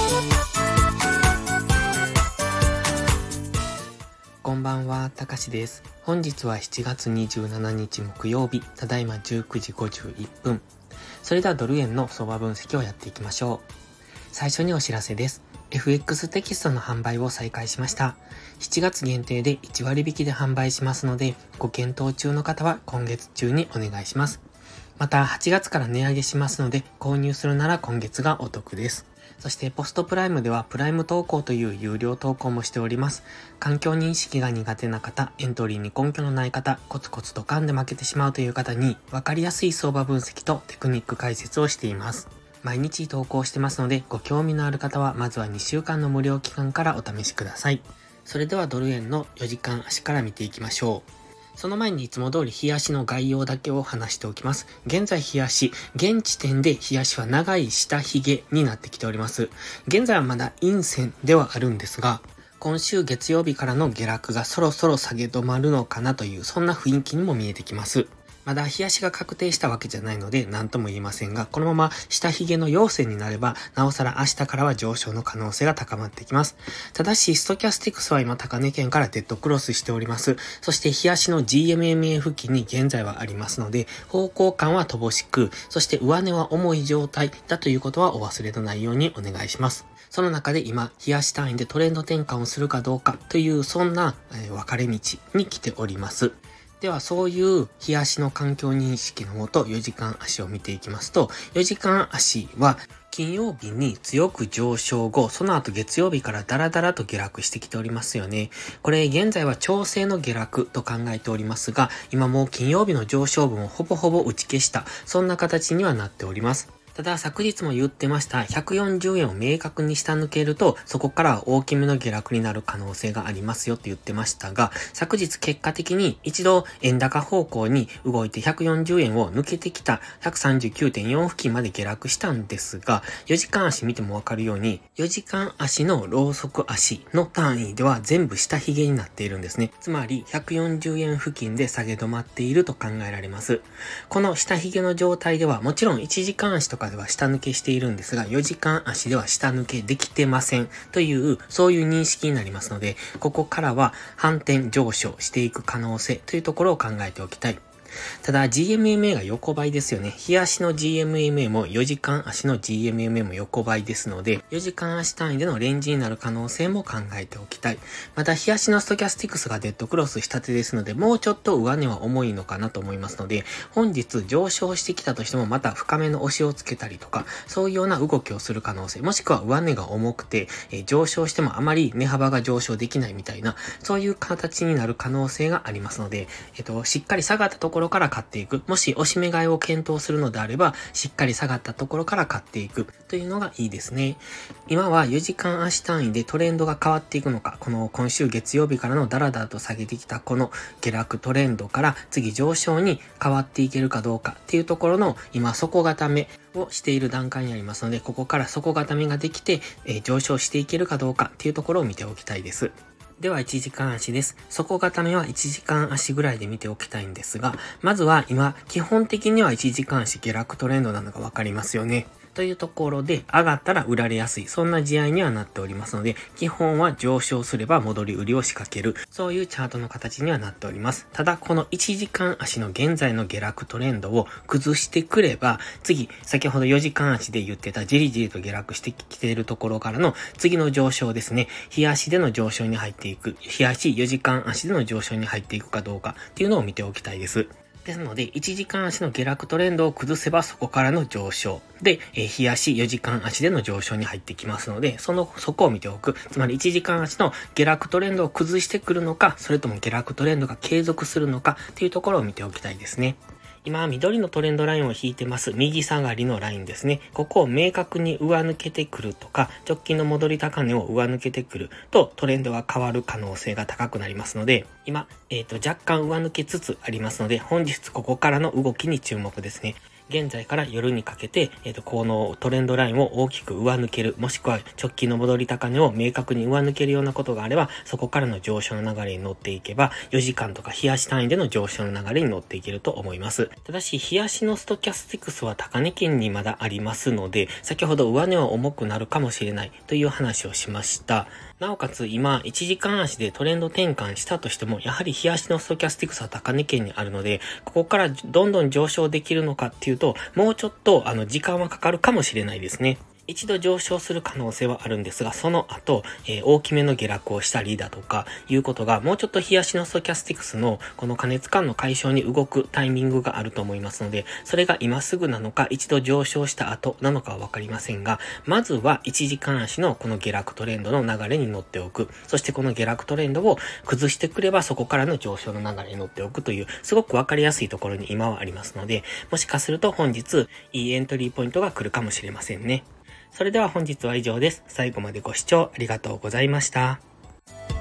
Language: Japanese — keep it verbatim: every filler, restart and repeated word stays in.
こんばんは、たかしです。本日はしちがつにじゅうしちにち木曜日、ただいまじゅうくじごじゅういっぷん。それではドル円の相場分析をやっていきましょう。最初にお知らせです。エフエックス テキストの販売を再開しました。しちがつ限定でいちわり引きで販売しますので、ご検討中の方は今月中にお願いします。またはちがつから値上げしますので、購入するなら今月がお得です。そしてポストプライムではプライム投稿という有料投稿もしております。環境認識が苦手な方、エントリーに根拠のない方、コツコツと噛んで負けてしまうという方に分かりやすい相場分析とテクニック解説をしています。毎日投稿してますので、ご興味のある方はまずはにしゅうかんの無料期間からお試しください。それではドル円のよじかん足から見ていきましょう。その前にいつも通り日足の概要だけを話しておきます。現在日足、現時点で日足は長い下髭になってきております。現在はまだ陰線ではあるんですが、今週月曜日からの下落がそろそろ下げ止まるのかなという、そんな雰囲気にも見えてきます。まだ日足が確定したわけじゃないので何とも言えませんが、このまま下髭の陽線になれば、なおさら明日からは上昇の可能性が高まってきます。ただし、ストキャスティクスは今高値圏からデッドクロスしております。そして日足の ジーエムエムエー 付近に現在はありますので、方向感は乏しく、そして上値は重い状態だということはお忘れのないようにお願いします。その中で今、日足単位でトレンド転換をするかどうかという、そんな、えー、分かれ道に来ております。ではそういう日足の環境認識のもとよじかん足を見ていきますと、よじかん足は金曜日に強く上昇後、その後月曜日からダラダラと下落してきておりますよね。これ現在は調整の下落と考えておりますが、今もう金曜日の上昇分をほぼほぼ打ち消した、そんな形にはなっております。ただ昨日も言ってましたひゃくよんじゅうえんを明確に下抜けるとそこから大きめの下落になる可能性がありますよって言ってましたが、昨日結果的に一度円高方向に動いてひゃくよんじゅうえんを抜けてきた ひゃくさんじゅうきゅうてんよん 付近まで下落したんですが、よじかん足見てもわかるようによじかん足のローソク足の単位では全部下髭になっているんですね。つまりひゃくよんじゅうえん付近で下げ止まっていると考えられます。この下髭の状態ではもちろんいちじかん足とかでは下抜けしているんですが、よじかん足では下抜けできてませんという、そういう認識になりますので、ここからは反転上昇していく可能性というところを考えておきたい。ただ ジーエムエムエー が横ばいですよね。日足の ジーエムエムエー もよじかん足の ジーエムエムエー も横ばいですので、よじかん足単位でのレンジになる可能性も考えておきたい。また日足のストキャスティクスがデッドクロスしたてですので、もうちょっと上値は重いのかなと思いますので、本日上昇してきたとしてもまた深めの押しをつけたりとか、そういうような動きをする可能性、もしくは上値が重くて、えー、上昇してもあまり値幅が上昇できないみたいな、そういう形になる可能性がありますので、えっと、しっかり下がったところから買っていく。もし押し目買いを検討するのであれば、しっかり下がったところから買っていくというのがいいですね。今はよじかん足単位でトレンドが変わっていくのか、この今週月曜日からのダラダラと下げてきたこの下落トレンドから次上昇に変わっていけるかどうかっていうところの今底固めをしている段階にありますので、ここから底固めができて、えー、上昇していけるかどうかっていうところを見ておきたいです。ではいちじかん足です。底固めはいちじかん足ぐらいで見ておきたいんですが、まずは今、基本的にはいちじかん足下落トレンドなのがわかりますよね。というところで、上がったら売られやすい、そんな試合にはなっておりますので、基本は上昇すれば戻り売りを仕掛ける、そういうチャートの形にはなっております。ただ、このいちじかん足の現在の下落トレンドを崩してくれば、次、先ほどよじかん足で言ってたじりじりと下落してきているところからの次の上昇ですね。日足での上昇に入っていく、日足よじかん足での上昇に入っていくかどうかっていうのを見ておきたいです。ですので、いちじかん足の下落トレンドを崩せばそこからの上昇。で、えー、日足よじかん足での上昇に入ってきますので、その、そこを見ておく。つまりいちじかん足の下落トレンドを崩してくるのか、それとも下落トレンドが継続するのかっていうところを見ておきたいですね。今、緑のトレンドラインを引いてます。右下がりのラインですね。ここを明確に上抜けてくるとか、直近の戻り高値を上抜けてくると、トレンドが変わる可能性が高くなりますので、今、えっと、若干上抜けつつありますので、本日ここからの動きに注目ですね。 現在から夜にかけて、えっと、このトレンドラインを大きく上抜ける、もしくは直近の戻り高値を明確に上抜けるようなことがあれば、そこからの上昇の流れに乗っていけば、よじかんとか日足単位での上昇の流れに乗っていけると思います。ただし、日足のストキャスティクスは高値圏にまだありますので、先ほど上値は重くなるかもしれないという話をしました。なおかつ今、いちじかん足でトレンド転換したとしても、やはり日足のストキャスティクスは高値圏にあるので、ここからどんどん上昇できるのかっていうと、もうちょっとあの時間はかかるかもしれないですね。一度上昇する可能性はあるんですが、その後、えー、大きめの下落をしたりだとか、いうことが、もうちょっと日足のストキャスティクスのこの過熱感の解消に動くタイミングがあると思いますので、それが今すぐなのか、一度上昇した後なのかはわかりませんが、まずはいちじかん足のこの下落トレンドの流れに乗っておく。そしてこの下落トレンドを崩してくれば、そこからの上昇の流れに乗っておくという、すごくわかりやすいところに今はありますので、もしかすると本日、いいエントリーポイントが来るかもしれませんね。それでは本日は以上です。最後までご視聴ありがとうございました。